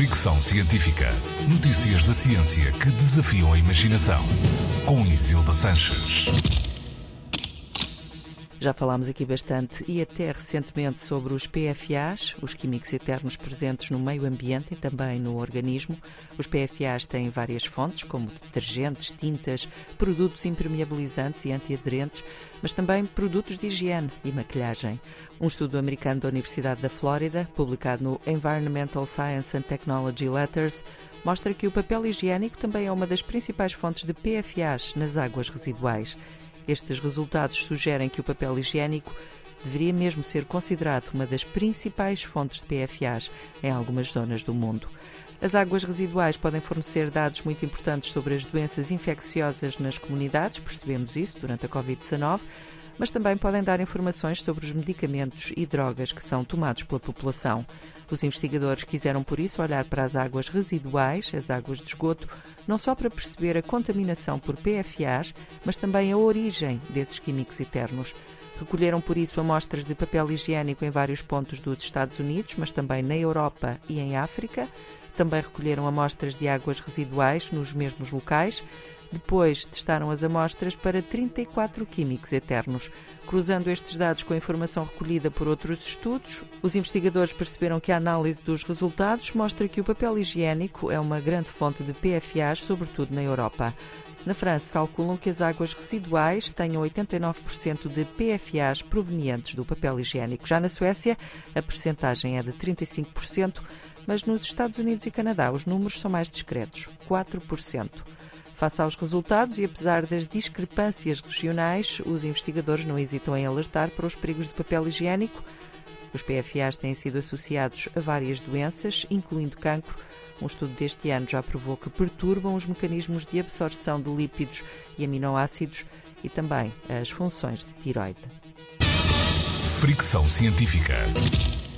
Fricção Científica. Notícias da ciência que desafiam a imaginação. Com Isilda Sanches. Já falámos aqui bastante e até recentemente sobre os PFAs, os químicos eternos presentes no meio ambiente e também no organismo. Os PFAs têm várias fontes, como detergentes, tintas, produtos impermeabilizantes e antiaderentes, mas também produtos de higiene e maquilhagem. Um estudo americano da Universidade da Flórida, publicado no Environmental Science and Technology Letters, mostra que o papel higiênico também é uma das principais fontes de PFAs nas águas residuais. Estes resultados sugerem que o papel higiênico deveria mesmo ser considerado uma das principais fontes de PFAs em algumas zonas do mundo. As águas residuais podem fornecer dados muito importantes sobre as doenças infecciosas nas comunidades, percebemos isso durante a Covid-19, mas também podem dar informações sobre os medicamentos e drogas que são tomados pela população. Os investigadores quiseram, por isso, olhar para as águas residuais, as águas de esgoto, não só para perceber a contaminação por PFAs, mas também a origem desses químicos eternos. Recolheram, por isso, amostras de papel higiênico em vários pontos dos Estados Unidos, mas também na Europa e em África. Também recolheram amostras de águas residuais nos mesmos locais. Depois testaram as amostras para 34 químicos eternos. Cruzando estes dados com a informação recolhida por outros estudos, os investigadores perceberam que a análise dos resultados mostra que o papel higiênico é uma grande fonte de PFAs, sobretudo na Europa. Na França, calculam que as águas residuais tenham 89% de PFAs provenientes do papel higiênico. Já na Suécia, a percentagem é de 35%, mas nos Estados Unidos e Canadá os números são mais discretos, 4%. Face aos resultados e apesar das discrepâncias regionais, os investigadores não hesitam em alertar para os perigos do papel higiênico. Os PFAs têm sido associados a várias doenças, incluindo cancro. Um estudo deste ano já provou que perturbam os mecanismos de absorção de lípidos e aminoácidos e também as funções de tiroide. Fricção Científica.